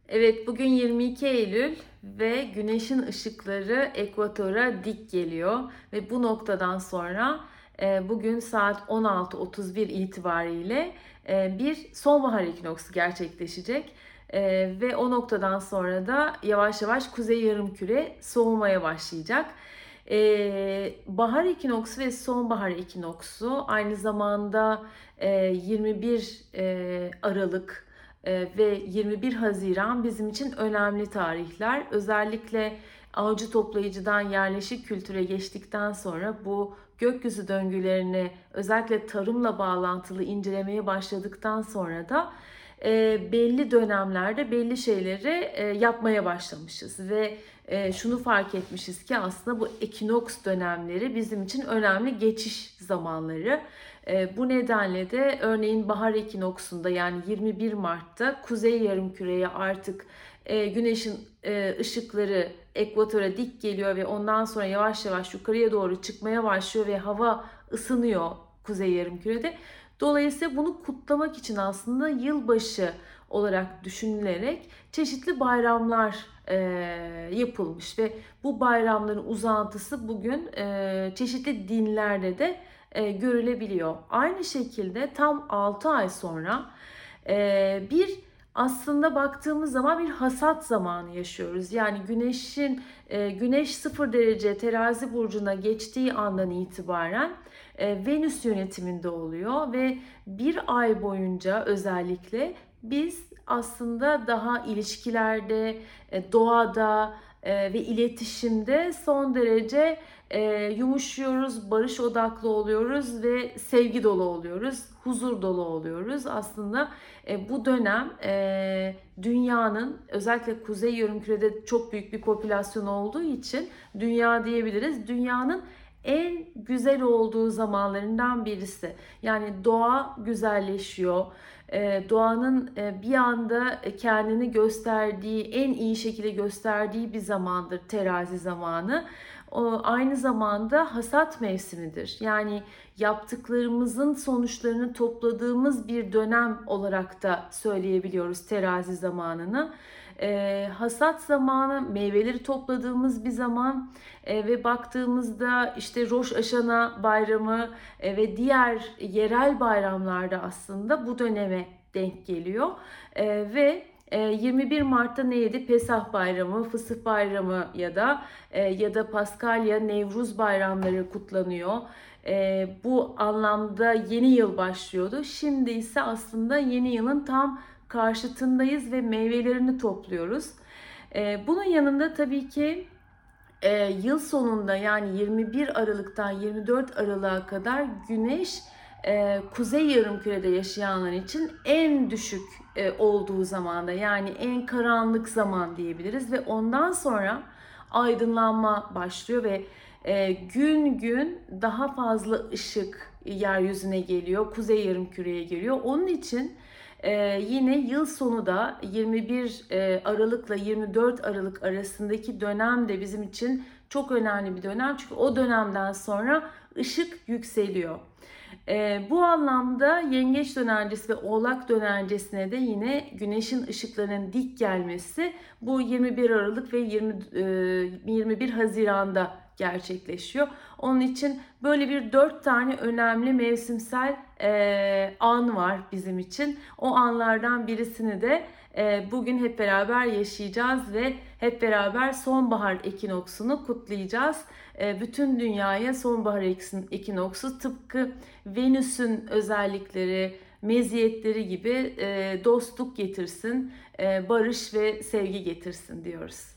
Evet, bugün 22 Eylül ve güneşin ışıkları ekvatora dik geliyor ve bu noktadan sonra bugün saat 16.31 itibariyle bir sonbahar ekinoksu gerçekleşecek. Ve o noktadan sonra da yavaş yavaş kuzey yarımküre soğumaya başlayacak. Bahar ekinoksu ve sonbahar ekinoksu aynı zamanda 21 Aralık ve 21 Haziran bizim için önemli tarihler. Özellikle avcı toplayıcıdan yerleşik kültüre geçtikten sonra bu gökyüzü döngülerini özellikle tarımla bağlantılı incelemeye başladıktan sonra da belli dönemlerde belli şeyleri yapmaya başlamışız ve şunu fark etmişiz ki aslında bu ekinoks dönemleri bizim için önemli geçiş zamanları. Bu nedenle de örneğin bahar ekinoksunda yani 21 Mart'ta kuzey yarımküreye artık güneşin ışıkları ekvatora dik geliyor ve ondan sonra yavaş yavaş yukarıya doğru çıkmaya başlıyor ve hava ısınıyor kuzey yarımkürede. Dolayısıyla bunu kutlamak için aslında yılbaşı olarak düşünülerek çeşitli bayramlar yapılmış ve bu bayramların uzantısı bugün çeşitli dinlerde de görülebiliyor. Aynı şekilde tam 6 ay sonra bir aslında baktığımız zaman bir hasat zamanı yaşıyoruz. Yani güneş 0 derece terazi burcuna geçtiği andan itibaren Venüs yönetiminde oluyor ve bir ay boyunca özellikle biz aslında daha ilişkilerde, doğada ve iletişimde son derece yumuşuyoruz, barış odaklı oluyoruz ve sevgi dolu oluyoruz, huzur dolu oluyoruz. Aslında bu dönem dünyanın özellikle kuzey yarımkürede çok büyük bir popülasyon olduğu için dünya diyebiliriz. Dünyanın en güzel olduğu zamanlarından birisi. Yani doğa güzelleşiyor. Doğanın bir anda kendini gösterdiği, en iyi şekilde gösterdiği bir zamandır terazi zamanı. Aynı zamanda hasat mevsimidir. Yani yaptıklarımızın sonuçlarını topladığımız bir dönem olarak da söyleyebiliyoruz terazi zamanını. Hasat zamanı, meyveleri topladığımız bir zaman ve baktığımızda işte Rosh Hashanah bayramı ve diğer yerel bayramlarda aslında bu döneme denk geliyor. Ve 21 Mart'ta neydi? Pesah Bayramı, Fısıh Bayramı ya da Paskalya, Nevruz bayramları kutlanıyor. Bu anlamda yeni yıl başlıyordu. Şimdi ise aslında yeni yılın tam karşıtındayız ve meyvelerini topluyoruz. Bunun yanında tabii ki yıl sonunda yani 21 Aralık'tan 24 Aralık'a kadar Güneş kuzey yarımkürede yaşayanlar için en düşük olduğu zamanda yani en karanlık zaman diyebiliriz ve ondan sonra aydınlanma başlıyor ve gün gün daha fazla ışık yeryüzüne geliyor, kuzey yarımküreye geliyor. Onun için yine yıl sonu da 21 Aralık'la 24 Aralık arasındaki dönem de bizim için çok önemli bir dönem. Çünkü o dönemden sonra ışık yükseliyor. Bu anlamda Yengeç dönencesi ve Oğlak dönencesine de yine güneşin ışıklarının dik gelmesi bu 21 Aralık ve 21 Haziran'da gerçekleşiyor. Onun için böyle bir 4 tane önemli mevsimsel an var bizim için. O anlardan birisini de bugün hep beraber yaşayacağız ve hep beraber sonbahar ekinoksunu kutlayacağız. Bütün dünyaya sonbahar ekinoksu tıpkı Venüs'ün özellikleri, meziyetleri gibi dostluk getirsin, barış ve sevgi getirsin diyoruz.